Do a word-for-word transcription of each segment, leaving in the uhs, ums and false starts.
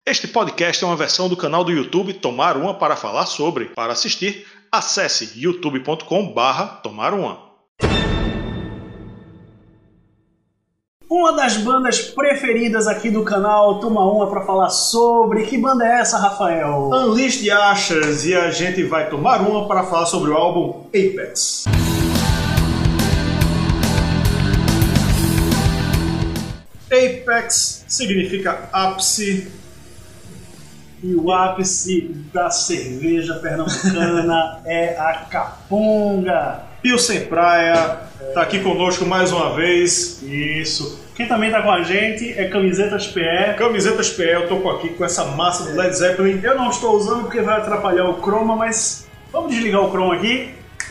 Este podcast é uma versão do canal do YouTube Tomar Uma para falar sobre. Para assistir, acesse youtube ponto com barra tomar uma. Uma das bandas preferidas aqui do canal Toma Uma para falar sobre. Que banda é essa, Rafael? Unleash the Ashes, e a gente vai tomar uma para falar sobre o álbum Apex. Apex significa ápice. E o ápice da cerveja pernambucana é a Capunga. Pilsen Praia, tá aqui conosco mais uma vez. Isso. Quem também tá com a gente é Camisetas P E. Camisetas P E, eu tô aqui com essa massa do Led Zeppelin. Eu não estou usando porque vai atrapalhar o chroma, mas vamos desligar o chroma aqui.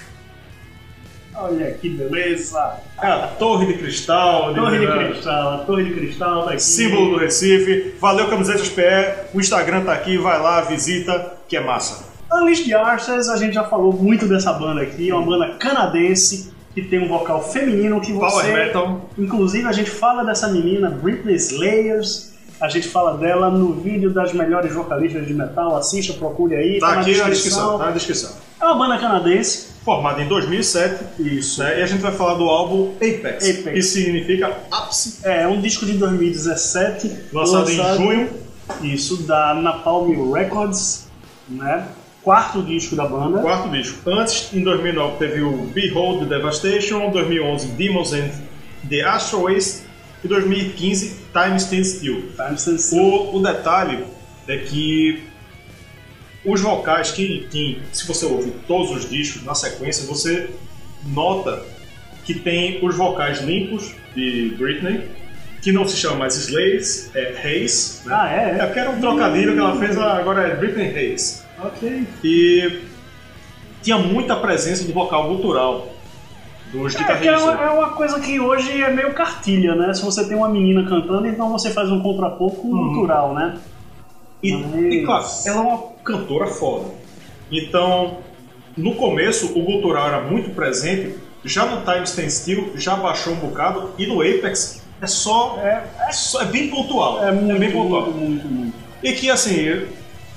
Olha que beleza! É a Torre de Cristal. A Torre de Cristal, a Torre de Cristal tá aqui. Símbolo do Recife. Valeu, Camisetas P E. O Instagram tá aqui, vai lá, visita, que é massa. Unleash the Ashes, a gente já falou muito dessa banda aqui. É uma banda canadense que tem um vocal feminino que você... Power metal. Inclusive, a gente fala dessa menina, Britney Slayers. A gente fala dela no vídeo das melhores vocalistas de metal. Assista, procure aí. Tá, tá aqui na na descrição. Tá na descrição. É uma banda canadense. Formada em dois mil e sete. Isso. Né? E a gente vai falar do álbum Apex. Apex. Que significa ápice. É, é um disco de dois mil e dezessete. Lançado, lançado em junho. Isso, da Napalm Records, né? Quarto disco da banda. Quarto disco. Antes, em dois mil e nove, teve o Behold the Devastation. dois mil e onze, Demons and the Asteroids. E dois mil e quinze, Time Stands Still. Time Stands Still. O, o detalhe é que os vocais, que, que se você ouvir todos os discos na sequência, você nota que tem os vocais limpos de Britney, que não se chama mais Slays, é Hayes. Né? Ah, é? É porque era um trocadilho que ela fez, agora é Britney Hayes. Ok. E tinha muita presença do vocal gutural dos é, guitarristas. É uma, é uma coisa que hoje é meio cartilha, né? Se você tem uma menina cantando, então você faz um contraponto com Uhum. gutural, né? E, Mas... e claro, ela é uma cantora foda. Então, no começo, o gutural era muito presente. Já no Time Stand Still, já baixou um bocado. E no Apex, é só... É, é, só, é bem pontual. É, muito, é bem pontual. muito, muito, muito. E que, assim,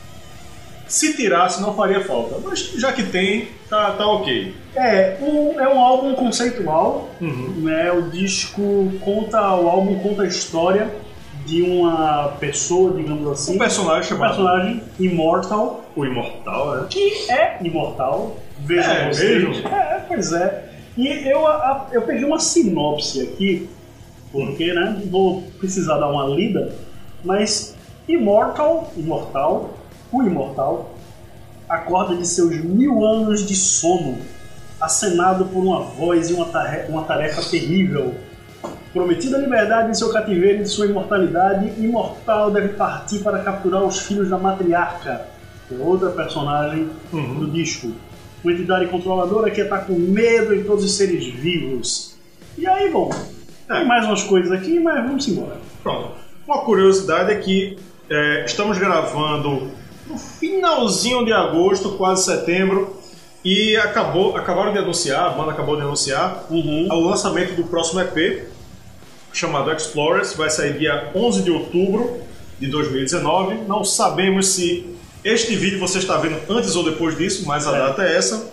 se tirasse, não faria falta. Mas já que tem, tá, tá ok. É, um, é um álbum conceitual. Uhum. Né? O disco conta... O álbum conta a história de uma pessoa, digamos assim. Um personagem um chamado... personagem Immortal. O Imortal, né? Que é imortal. Vejam É, vocês. vejam. É, pois é. E eu, a, eu peguei uma sinopse aqui, porque, né, vou precisar dar uma lida, mas Immortal, imortal, o imortal, acorda de seus mil anos de sono, acenado por uma voz e uma tarefa, uma tarefa terrível. Prometida a liberdade em seu cativeiro e de sua imortalidade, Imortal deve partir para capturar os filhos da matriarca, que é outra personagem Uhum. do disco. Uma entidade controladora que está com medo em todos os seres vivos. E aí, bom, É. tem mais umas coisas aqui, mas vamos embora. Pronto. Uma curiosidade é que é, estamos gravando no finalzinho de agosto, quase setembro, e acabou, acabaram de anunciar, a banda acabou de anunciar Uhum. o lançamento do próximo E P, chamado Explorers, vai sair dia onze de outubro de dois mil e dezenove. Não sabemos se este vídeo você está vendo antes ou depois disso, mas a É. data é essa.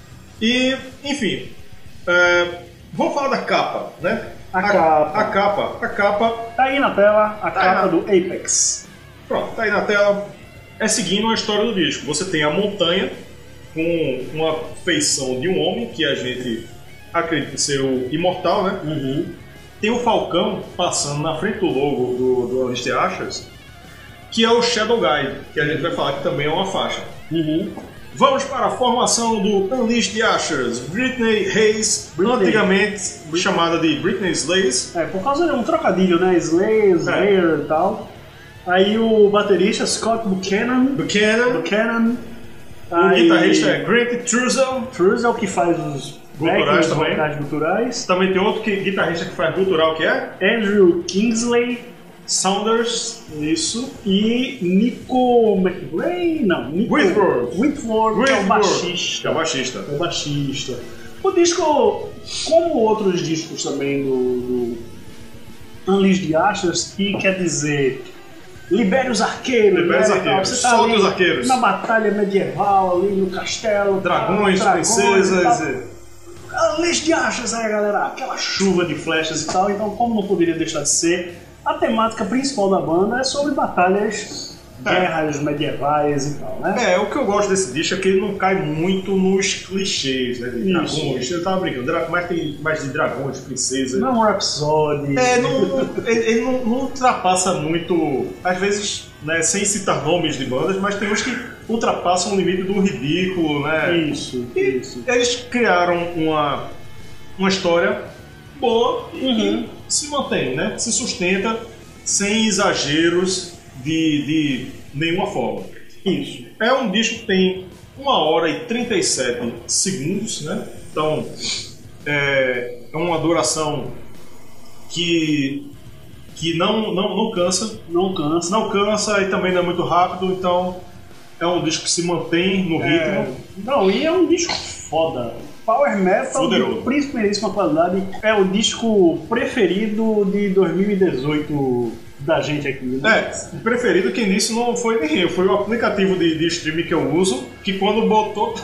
E, enfim, é, vamos falar da capa, né? A capa. A capa. A capa, Tá aí na tela a Tá capa aí na- do Apex. pronto, tá aí na tela. É seguindo a história do disco. Você tem a montanha com uma feição de um homem, que a gente acredita ser o Imortal, né? Uhum. Tem o Falcão passando na frente do logo do, do Unleash the Ashes, que é o Shadow Guide, que a gente vai falar que também é uma faixa. Uhum. Vamos para a formação do Unleash the Ashes. Britney Hayes, Britney. antigamente chamada de Britney Slays. É, por causa de um trocadilho, né? Slayer, Slayer e tal. Aí o baterista Scott Buchanan. Buchanan. Buchanan. O Aí, guitarrista é Grant Trussell. Trussell, que faz os Guturais backs, também. vocais guturais. Também tem outro que, guitarrista que faz gutural, que é Andrew Kingsley, Saunders. isso. E Nico McBrain, não, Nico Whitworth. Whitworth, que é o Whitworth, baixista. que é o baixista. É o baixista. O disco, como outros discos também do, do Unleash the Ashes, que quer dizer libere os arqueiros. Libere os né, arqueiros, você tá solte ali os arqueiros. Na batalha medieval, ali no castelo. Dragões, tá, princesas. dragões e tal. Lixo de achas aí, galera. Aquela chuva de flechas e tal. Então, como não poderia deixar de ser, a temática principal da banda é sobre batalhas, guerras medievais e tal, né? É, o que eu gosto desse disco é que ele não cai muito nos clichês, né? De Isso. dragões. Eu tava brincando, dra- mais tem mais de dragões, princesas. Não é um Rhapsody. É, não, não- ele, ele não, não ultrapassa muito, às vezes, né, sem citar nomes de bandas, mas tem uns que ultrapassam o limite do ridículo, né? Isso, isso. Eles criaram uma, uma história boa e Uhum. que se mantém, né? Se sustenta sem exageros de, de nenhuma forma. Isso. É um disco que tem uma hora e trinta e sete segundos, né? Então, é, é uma duração que, que não, não, não cansa. Não cansa. Não cansa e também não é muito rápido, então é um disco que se mantém no É, ritmo. não, e é um disco foda. Power Metal Poderoso. de primeiríssima qualidade. É o disco preferido de dois mil e dezoito da gente aqui, né? É, o preferido que nisso não foi nem eu, foi o aplicativo de, de streaming que eu uso, que quando botou,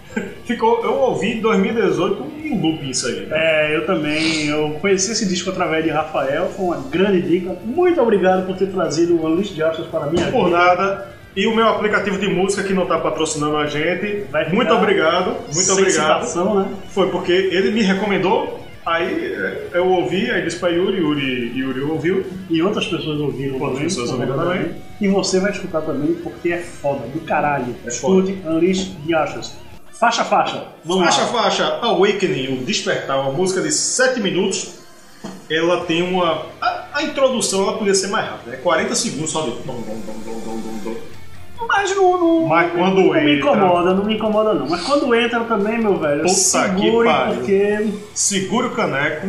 ficou, eu ouvi em dois mil e dezoito em loop isso aí. Né? É, eu também. Eu conheci esse disco através de Rafael, foi uma grande dica. Muito obrigado por ter trazido o Unleashed de Astros para a minha Por vida. nada. E o meu aplicativo de música que não está patrocinando a gente, Vai ficar muito obrigado, muito sem obrigado. citação, né? Foi porque ele me recomendou, aí eu ouvi, aí disse para Yuri, Yuri, Yuri ouviu. E outras pessoas ouviram Outras também. pessoas ouviram também. E você vai escutar também porque é foda, do caralho. É foda. Escute Unleashed de Astros. Faixa, faixa. Vamos Faixa, lá. faixa, Awakening, o Despertar, uma música de sete minutos. Ela tem uma... A, a introdução ela podia ser mais rápida, é quarenta segundos só de... dom, dom, dom, dom, dom, dom, dom. Mas não, não, Mas quando não me entra- incomoda, não me incomoda não. Mas quando entra também, meu velho, Puta segure que pariu. porque... Segura o caneco,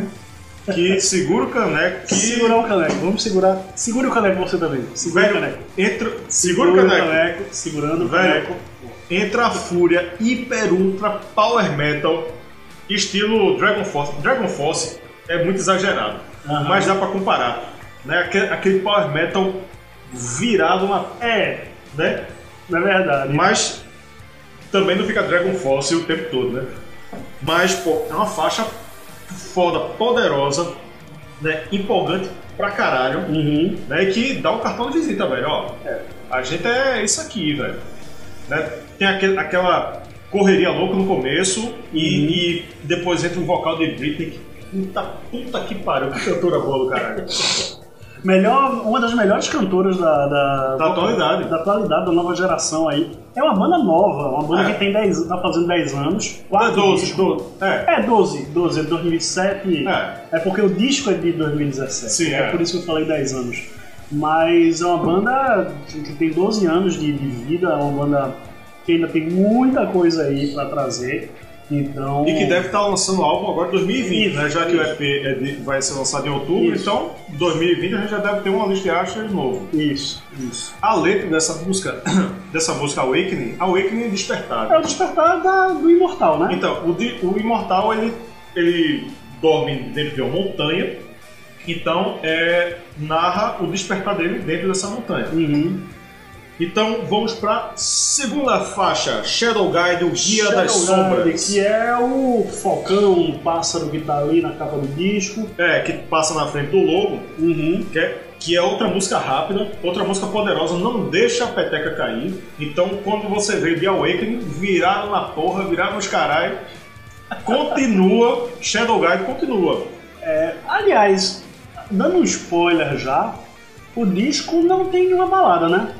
que segura o caneco, que... Segurar o caneco, vamos segurar. Segure o caneco você também. Segure o Velho, caneco. entra... Segura o caneco. Segurando o Velho, caneco. entra a fúria hiper ultra power metal estilo Dragon Force. Dragon Force é muito exagerado, Aham. mas dá pra comparar, né? Aquele, aquele power metal virado na, É, né? na verdade. Mas também não fica Dragon Force o tempo todo, né? Mas pô, é uma faixa foda, poderosa, né? Empolgante pra caralho, Uhum. né? E que dá um cartão de visita, velho. Ó, a gente é isso aqui, velho. Né? Tem aquele, aquela correria louca no começo e, Uhum. e depois entra o vocal de Britney. Puta, puta que pariu, que cantora boa do caralho. Melhor, uma das melhores cantoras da, da, Da atualidade. da atualidade, da nova geração aí. É uma banda nova, uma banda É. que tem dez, tá fazendo dez anos. É Quatro doze, discos. doze. É. É doze, doze, é dois mil e sete. É. É porque o disco é de dois mil e dezessete. Sim, é, é. por isso que eu falei dez anos. Mas é uma banda que tem doze anos de, de vida, é uma banda que ainda tem muita coisa aí pra trazer. Então... E que deve estar lançando o álbum agora em dois mil e vinte, Isso, né? Já que o isso. E P é de- vai ser lançado em outubro, Isso. então dois mil e vinte a gente já deve ter uma lista de astros novo. Isso, isso. A letra dessa música, dessa música Awakening, Awakening é É despertar. o despertar da- do imortal, né? Então, o, di- o imortal ele, ele dorme dentro de uma montanha, então é, narra o despertar dele dentro dessa montanha. Uhum. Então vamos para segunda faixa, Shadow Guide, o Guia das Shadow Guide, Sombras. que é o falcão, um pássaro que tá ali na capa do disco. É, que passa na frente do lobo, Uhum. que é, que é outra música rápida, outra música poderosa, não deixa a peteca cair. Então quando você vê The Awakening, viraram na porra, viraram nos caralho, continua, Shadow Guide continua. É, aliás, dando um spoiler já, o disco não tem nenhuma balada, né?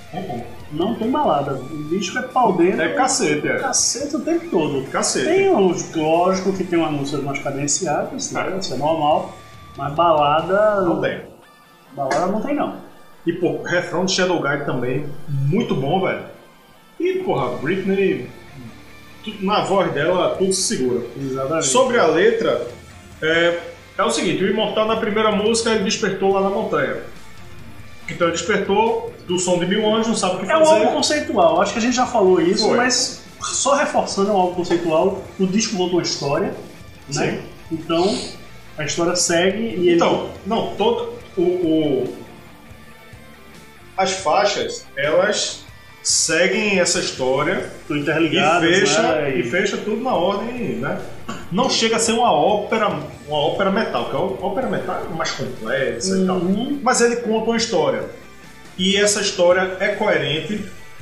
Não tem balada. O disco é pau dentro. É cacete, é. Cacete o tempo todo. Cacete. Tem uns, lógico que tem umas músicas mais cadenciadas, né? Isso é normal. Mas balada. Não tem. Balada não tem, não. E, pô, refrão de Shadow Guide também, muito bom, velho. E, porra, Britney, tu- na voz dela, tudo se segura. Exatamente. Sobre a letra, é, é o seguinte, o Imortal na primeira música, ele despertou lá na montanha. Então ele despertou do som de mil anjos, não sabe o que É um fazer. álbum conceitual, acho que a gente já falou isso, Foi. mas só reforçando, é um álbum conceitual, o disco voltou a história, né? Sim. Então, a história segue e Então, não, todo o, o, as faixas, elas seguem essa história Tô interligado, e fecha, né? e fecha tudo na ordem, né? Não chega a ser uma ópera, uma ópera metal, que a ópera metal é mais complexa Uhum. e tal. Mas ele conta uma história. E essa história é coerente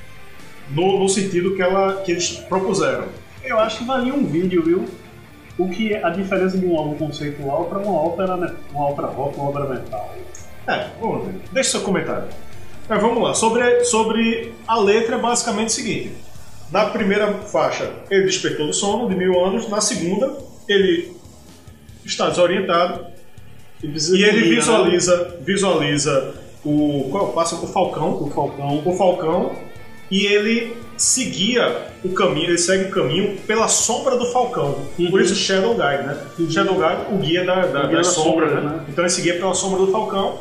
no, no sentido que, ela, que eles propuseram. Eu acho que valia um vídeo, viu? O que é a diferença de um álbum conceitual para uma ópera, né? Uma ópera rock, uma ópera metal. É, vamos ver. Deixe seu comentário. Mas vamos lá. Sobre, sobre a letra é basicamente o seguinte. Na primeira faixa, ele despertou do sono de mil anos. Na segunda, ele está desorientado. E, E ele visualiza, visualiza o, qual é o pássaro? O falcão. O Falcão. O falcão. E ele seguia o caminho, ele segue o caminho pela sombra do falcão. Uhum. Por isso Shadow Guide, né? Uhum. Shadow Guide, o guia da, da, O guia da da sombra, sombra, né? né? Então ele seguia pela sombra do falcão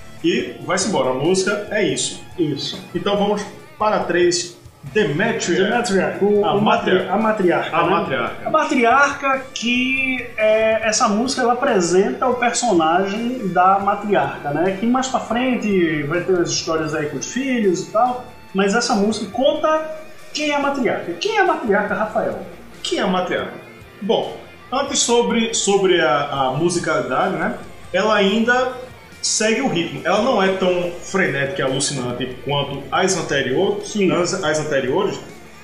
e vai-se embora. A música é isso. Isso. Então vamos para três. Demetria. Demetriarca, o- A o matri- matriarca. a matriarca. A né? matriarca. A matriarca que é, essa música ela apresenta o personagem da matriarca, né? Que mais pra frente vai ter as histórias aí com os filhos e tal, mas essa música conta quem é a matriarca. Quem é a matriarca, Rafael? Quem é a matriarca? Bom, antes sobre, sobre a, a musicalidade, né? Ela ainda segue o ritmo. Ela não é tão frenética e alucinante quanto as anteriores, Sim. as, as anteriores,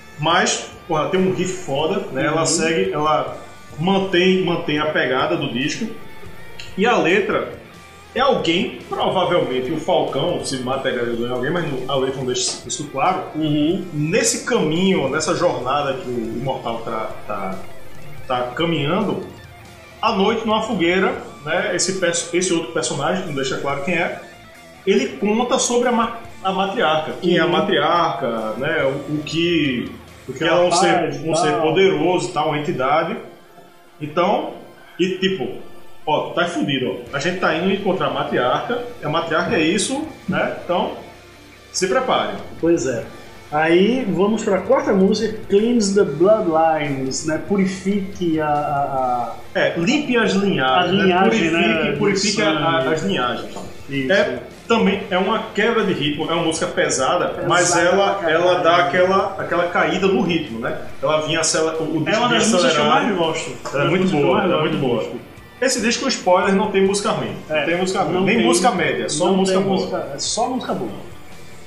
mas porra, ela tem um riff foda, né? Ela Uhum. segue, ela mantém, mantém a pegada do disco. E a letra é alguém, provavelmente o Falcão se materializou em alguém, mas no- a letra não deixa isso claro. Uhum. Nesse caminho, nessa jornada que o Imortal tá, tá, tá caminhando, à noite, numa fogueira, né, esse, perso- esse outro personagem, que não deixa claro quem é, ele conta sobre a, ma- a matriarca. Quem é a Uhum. matriarca, né, o, o que, o que ela é um ela ser, faz e um ser tal. poderoso, tal, uma entidade. Então, e tipo, ó, tá fudido, ó. A gente tá indo encontrar a matriarca, a matriarca é isso, né, então se prepare. Pois é. Aí vamos para a quarta música, Cleanse the Bloodlines, né? Purifique a, a, É, limpe as linhagens, A né? linhagem, purifique, né, purifique do a- a- sangue. as linhagens. a... Isso. É, também é uma quebra de ritmo, é uma música pesada, Pesada mas pra ela, caralho. ela dá aquela, aquela caída no ritmo, né? Ela vinha acela- o, o É disco uma vinha das músicas que eu mais acelerado. gosto. Ela é muito música que eu boa, mais ela é gosto muito do boa. disco. Esse disco, spoiler, não tem música ruim. Não, É, tem música ruim, não nem tem- música média, só não música tem boa. música- é só música boa.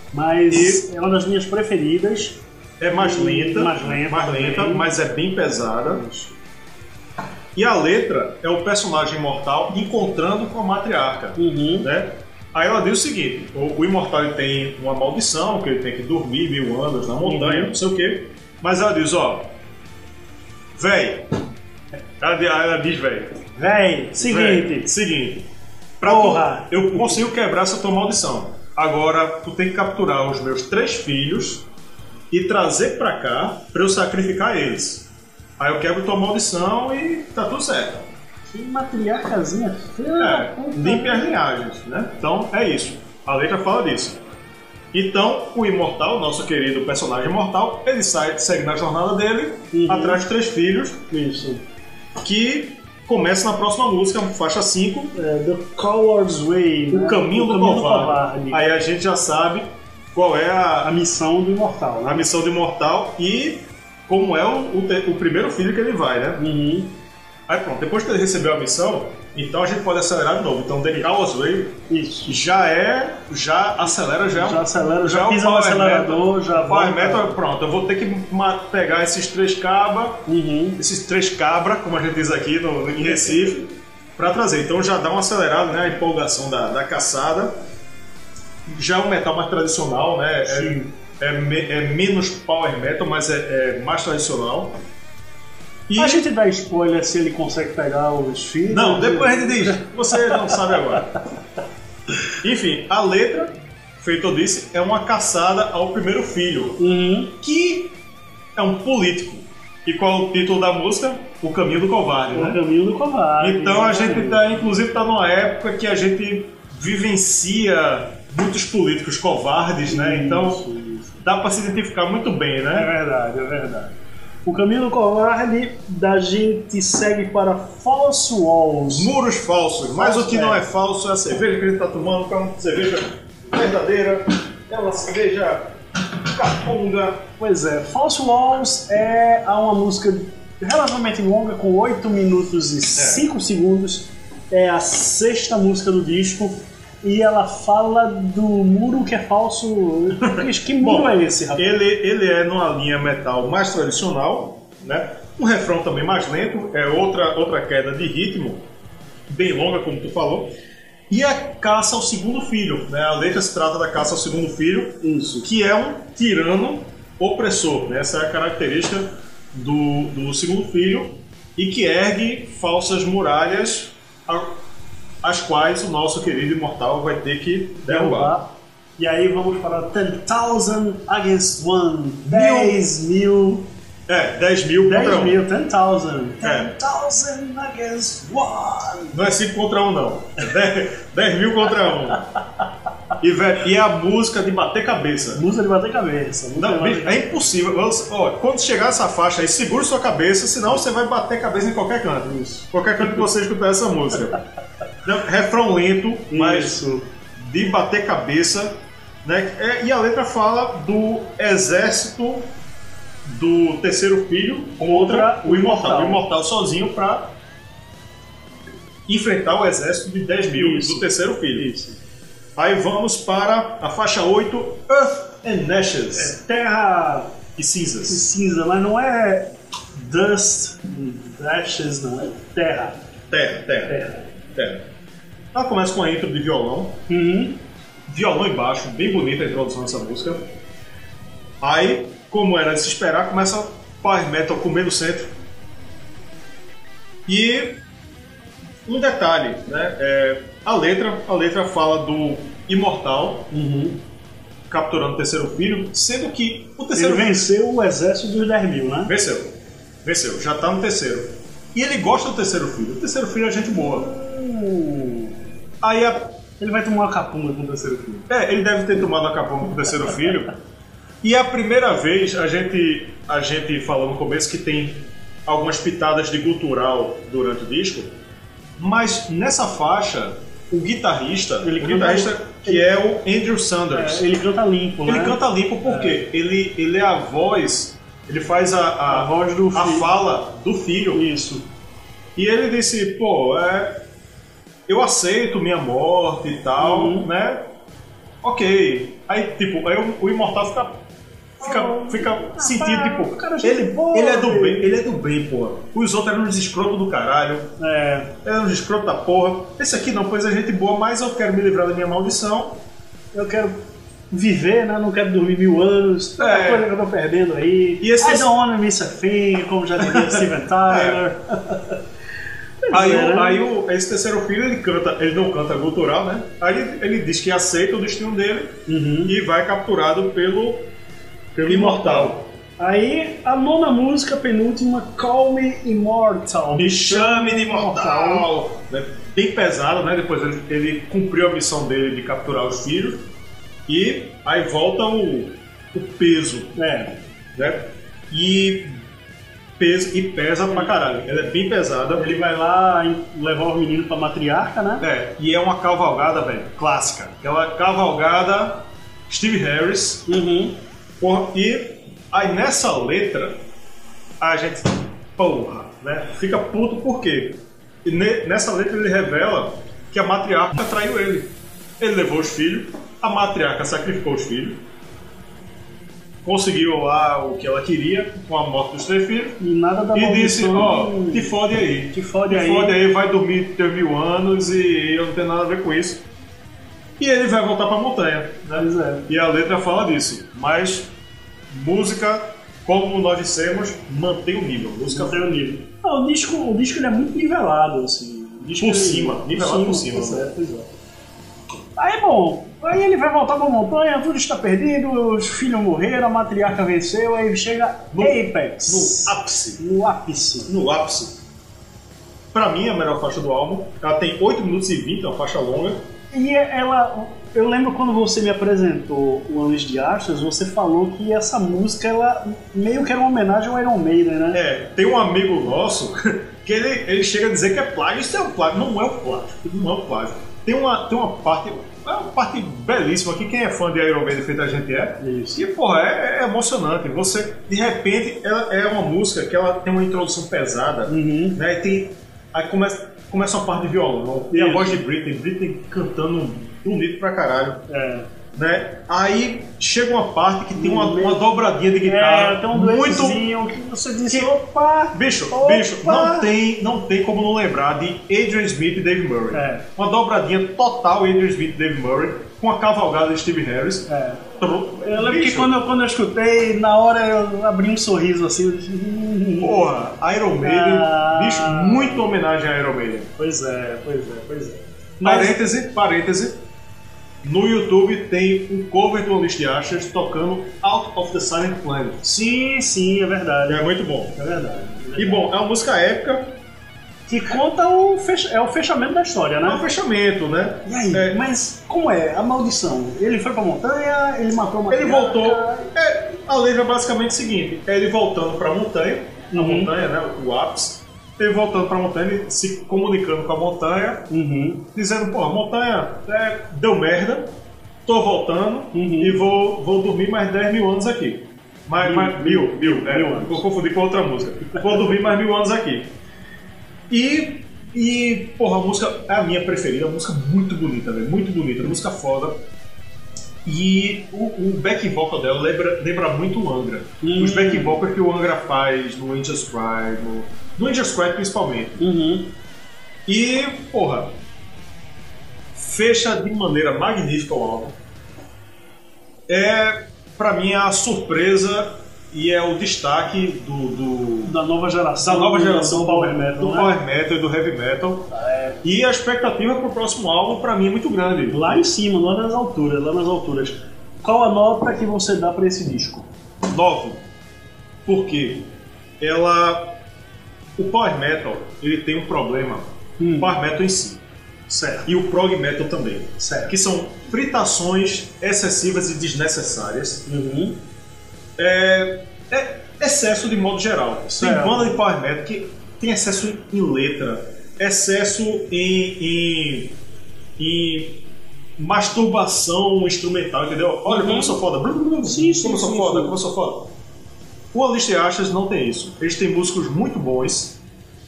Mas é uma das minhas preferidas. É mais lenta, Mais lenta mais lenta, também. mas é bem pesada. E a letra é o personagem imortal encontrando com a matriarca. Uhum. Né? Aí ela diz o seguinte: o, o imortal ele tem uma maldição, que ele tem que dormir mil anos na montanha, Uhum. não sei o quê. Mas ela diz: ó, véi, ela, di- ela diz, véi, Véi, seguinte. véi, seguinte, pra Porra. tu, eu consigo quebrar essa tua maldição. Agora tu tem que capturar os meus três filhos e trazer pra cá pra eu sacrificar eles. Aí eu quebro tua maldição e tá tudo certo. Que matriarcazinha feia. É, puta. limpe as linhagens, né? Então é isso. A letra fala disso. Então, o imortal, nosso querido personagem imortal, ele sai, segue na jornada dele, Uhum. atrás de três filhos, Isso. que começa na próxima música, faixa cinco, É, The Coward's Way. O né? Caminho, O do, covarde. Aí a gente já sabe qual é A a, missão do imortal, a né? missão do imortal e como é o, o, te- o primeiro filho que ele vai, né? Uhum. Aí pronto, depois que ele recebeu a missão, então a gente pode acelerar de novo. Então, The Coward's Way Isso. já é, já acelera, já, é um- Já acelera, já é um pisa no power acelerador, metal. já Power volta. metal, pronto, eu vou ter que ma- pegar esses três cabas, Uhum. esses três cabra, como a gente diz aqui no, em Recife, para trazer. Então já dá uma acelerada, né, a empolgação da, da caçada. Já é um metal mais tradicional, né? Sim. É, é, me- é menos power metal, mas é, é mais tradicional. E A gente dá spoiler se ele consegue pegar os filhos. não, depois a gente diz, você não sabe agora. Enfim, a letra, feito eu disse, é uma caçada ao primeiro filho, Uhum. que é um político. E qual o título da música? O Caminho do Covarde, O né? caminho do covarde. Então a exatamente. gente tá, inclusive, tá numa época que a gente vivencia muitos políticos covardes, né? Então Isso, isso. dá pra se identificar muito bem, É né? verdade, é verdade. O caminho do covarde da gente segue para False Walls. Muros falsos, mas Falso, o que não é. é falso é a cerveja que a gente tá tomando, que é uma cerveja verdadeira, aquela cerveja capunga. Pois é, False Walls é uma música relativamente longa, com oito minutos e cinco segundos. É a sexta música do disco. E ela fala do muro que é falso. Que muro Bom, é esse, rapaz? Ele, ele é numa linha metal mais tradicional, né? Um refrão também mais lento, é outra, outra queda de ritmo, bem longa, como tu falou. E a caça ao segundo filho, né? A letra se trata da caça ao segundo filho, Isso. que é um tirano opressor, né? Essa é a característica do, do segundo filho, e que ergue falsas muralhas a, as quais o nosso querido imortal vai ter que derrubar. derrubar. E aí vamos para ten thousand against one. dez mil. É, dez mil contra dez um. mil, ten thousand. É. ten thousand against one. Não é cinco contra um, não. É dez mil contra um. E, velho, e é a música de bater cabeça. Música de bater cabeça. música Não, de bater bicho, cabeça. é impossível. Você- ó, quando chegar essa faixa aí, segure sua cabeça, senão você vai bater cabeça em qualquer canto. Isso. Qualquer canto que você escutar essa música. Não, refrão lento, mas Isso. de bater cabeça, né? É, e a letra fala do exército do terceiro filho contra o imortal. O imortal sozinho para enfrentar o exército de dez mil Isso. do terceiro filho. Isso. Aí vamos para a faixa oito, Earth and Ashes. É terra E cinzas. cinza, mas não é dust, ashes, não. É terra. Terra, terra, Terra. terra. Ela começa com a intro de violão. Uhum. Violão embaixo, bem bonita a introdução dessa música. Aí, como era de se esperar, começa power metal com meio centro. E um detalhe, né? É, a letra, a letra fala do imortal Uhum. capturando o terceiro filho, sendo que o Ele terceiro filho venceu o exército dos dez mil, né? venceu, venceu, já tá no terceiro. E ele gosta do terceiro filho. O terceiro filho é gente boa. Uh, Aí a ele vai tomar uma capunga com o terceiro filho. É, ele deve ter tomado a capão com o terceiro filho. E é a primeira vez, a gente, a gente falou no começo que tem algumas pitadas de gutural durante o disco, mas nessa faixa, o guitarrista, Ele o canta- guitarrista que é o Andrew Sanders, É, ele canta limpo, né? ele canta limpo porque ele, ele é a voz, ele faz a, a, A voz do a filho. fala do filho. Isso. E ele disse, pô, é, eu aceito minha morte e tal, Uhum. né? Ok. Aí, tipo, aí o, o imortal fica, fica, Oh, fica sentindo, rapaz, tipo, o cara já ele, foi. ele é do bem, ele é do bem, porra. Os outros eram uns escrotos do caralho, É, eram uns escrotos da porra. Esse aqui não, pois é gente boa, mas eu quero me livrar da minha maldição. eu quero viver, né? Não quero dormir mil anos. Tanta É. coisa que eu tô perdendo aí. E esse- I don't wanna miss a thing, como já diria Steven Tyler. Aí, é, o, né? aí o, esse terceiro filho, ele canta, ele não canta gutural, né? Aí ele, ele diz que aceita o destino dele Uhum. e vai capturado pelo, pelo imortal. Aí, a nona música, penúltima, Call Me Immortal. Me chame de imortal! Né? Bem pesado, né? Depois ele, ele cumpriu a missão dele de capturar os filhos. E aí volta o, o peso, É, né? E, peso, e pesa pra caralho. Ela é bem pesada. ele vai lá em- levar os meninos pra matriarca, né? É, e é uma cavalgada, velho, clássica. Aquela cavalgada Steve Harris. Uhum. Porra, e aí nessa letra a gente, porra, né? Fica puto por quê? E ne- nessa letra ele revela que a matriarca traiu ele. Ele levou os filhos, a matriarca sacrificou os filhos, conseguiu lá o que ela queria com a morte dos três filhos E nada da e disse, ó, maldição. te fode aí. Te fode Te aí. fode aí, vai dormir teus mil anos e eu não tenho nada a ver com isso. E ele vai voltar pra montanha, né? Pois é. E a letra fala disso. Mas música, como nós dissemos, mantém o nível. Música Não tem o nível. Ah, o disco, o disco ele é muito nivelado, assim. O disco, Por ele- cima, nivelado por cima, Pois né? é, pois é. Aí, bom, aí ele vai voltar pra montanha, tudo está perdido, os filhos morreram, a matriarca venceu, aí ele chega No- Apex. no ápice. No ápice. No ápice. Pra mim, é a melhor faixa do álbum. Ela tem oito minutos e vinte, é uma faixa longa. E ela, eu lembro quando você me apresentou o Anos de Astros, você falou que essa música, ela meio que era uma homenagem ao Iron Maiden, né? É, tem um amigo nosso que ele, ele chega a dizer que é plágio. Isso é um plágio. Não é um plágio. Não é um plágio. Tem uma, tem uma parte... é uma parte belíssima aqui. Quem é fã de Iron Maiden, feito a gente é. Isso. E, porra, é, é emocionante. Você, de repente, ela é uma música que ela tem uma introdução pesada, Uhum. né? E tem, aí começa, começa uma parte de violão. Tem a Isso. voz de Britney, Britney cantando bonito pra caralho. É. Né? Aí chega uma parte que tem uma, uma dobradinha de guitarra. É, tem um muito. duetozinho que você disse, Que- opa! Bicho, Opa! bicho, não tem, não tem como não lembrar de Adrian Smith e Dave Murray. É. Uma dobradinha total Adrian Smith e Dave Murray com a cavalgada de Steve Harris. É. Tru- Eu lembro bicho, que quando eu, quando eu escutei, na hora eu abri um sorriso assim. Eu disse, "Hum". Porra, Iron Maiden, Ah. bicho, muito homenagem a Iron Maiden. Pois é, pois é, pois é. Mas, Parêntese, parêntese. No YouTube tem um cover do Alice de Ashes tocando Out of the Silent Planet. sim, sim, é verdade. É muito bom. É verdade. E bom, é uma música épica, Que conta o, fech... é o fechamento da história, é um né? fechamento, né? E aí, É, mas como é? A maldição? Ele foi pra montanha, ele matou uma ele criança. voltou. É, a letra é basicamente o seguinte: é ele voltando para a montanha, a Uhum. montanha, né, o ápice, ele voltando para a montanha, ele se comunicando com a montanha, Uhum. dizendo: pô, a montanha é, deu merda, tô voltando Uhum. e vou, vou dormir mais dez mil anos aqui. Mais, Mil, mais, mil, mil, é, mil anos. vou confundir com outra música. Vou dormir mais mil anos aqui. E, e, porra, a música é a minha preferida, uma música muito bonita, velho, muito bonita, música foda. E o, o back vocal dela lembra, lembra muito o Angra. Hum. Os back vocals que o Angra faz no Angels Cry, no, no Angels Cry principalmente. Uhum. E, porra, fecha de maneira magnífica o álbum. É, pra mim, a surpresa e é o destaque do, do- Da nova geração. da nova geração do Power Metal, do né? Power Metal e do Heavy Metal. É, E a expectativa pro próximo álbum, pra mim, é muito grande. lá em cima, lá nas alturas, lá nas alturas. Qual a nota que você dá pra esse disco? Nove. Porque ela... O Power Metal, ele tem um problema. Hum. O Power Metal em si. Certo. E o Prog Metal também. Certo. Que são fritações excessivas e desnecessárias. Uhum. É, é excesso de modo geral. Tem Certo. banda de Power Metal que tem excesso em letra, excesso em, em, em masturbação instrumental, entendeu? Olha como eu sou foda. Blum, blum, blum. Sim, sim, como eu sou sim, foda, sim. como eu sou foda. O Alice Ashes não tem isso. Eles têm músicos muito bons.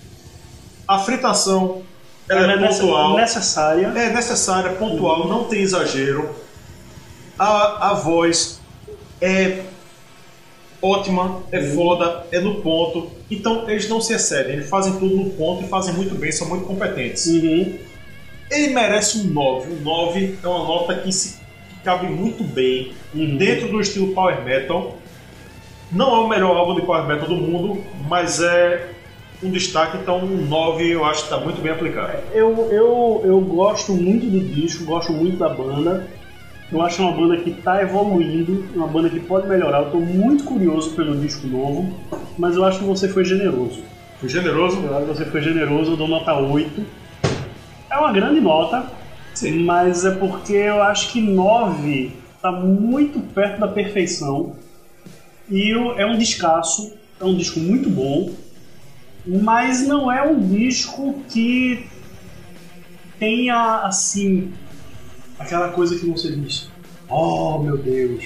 A fritação ela Ela é é nece- pontual. necessária. É necessária, pontual, não tem exagero. A, a voz é ótima, é Uhum. foda, é no ponto. Então eles não se excedem, eles fazem tudo no ponto e fazem muito bem, são muito competentes. Uhum. Ele merece um nove. Um nove é uma nota que se que cabe muito bem Uhum. dentro do estilo Power Metal. Não é o melhor álbum de Power Metal do mundo, mas é um destaque, então um nove eu acho que está muito bem aplicado. Eu, eu, eu gosto muito do disco, gosto muito da banda. Eu acho uma banda que está evoluindo, uma banda que pode melhorar. Eu estou muito curioso pelo disco novo, mas eu acho que você foi generoso. Fui generoso? Eu acho que você foi generoso, eu dou nota oito. É uma grande nota, Sim. mas é porque eu acho que nove está muito perto da perfeição. E eu- é um descasso, é um disco muito bom, mas não é um disco que tenha, assim, aquela coisa que você diz: oh meu Deus,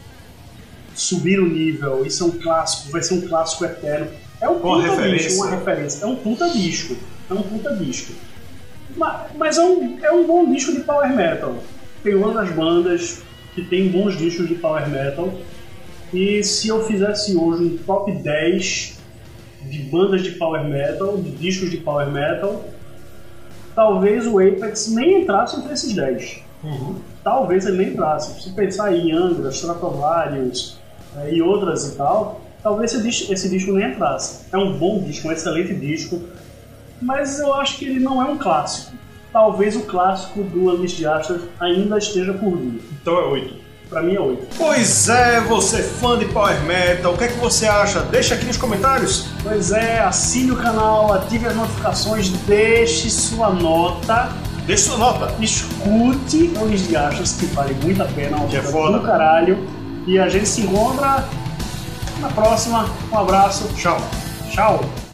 subir o nível, isso é um clássico, vai ser um clássico eterno. É um Uma puta referência. disco, uma referência, é um puta disco, é um puta disco. Ma- Mas é um, é um bom disco de Power Metal. Tem outras bandas que tem bons discos de Power Metal. E se eu fizesse hoje um top dez de bandas de Power Metal, de discos de Power Metal, talvez o Apex nem entrasse entre esses dez. Uhum. Talvez ele nem entrasse. Se pensar em Angra, Stratovarius eh, e outras e tal, talvez esse disco, esse disco nem entrasse. É um bom disco, um excelente disco, mas eu acho que ele não é um clássico. Talvez o clássico do Alice de Ashes ainda esteja por vir. Então é oito. Pra mim é oito. Pois é, você fã de Power Metal, o que é que você acha? Deixa aqui nos comentários. Pois é, assine o canal, ative as notificações, deixe sua nota, Deixa sua nota. escute o Alice de Ashes, que vale muito a pena, uma Que é música foda. do caralho. E a gente se encontra na próxima. Um abraço, Tchau. tchau!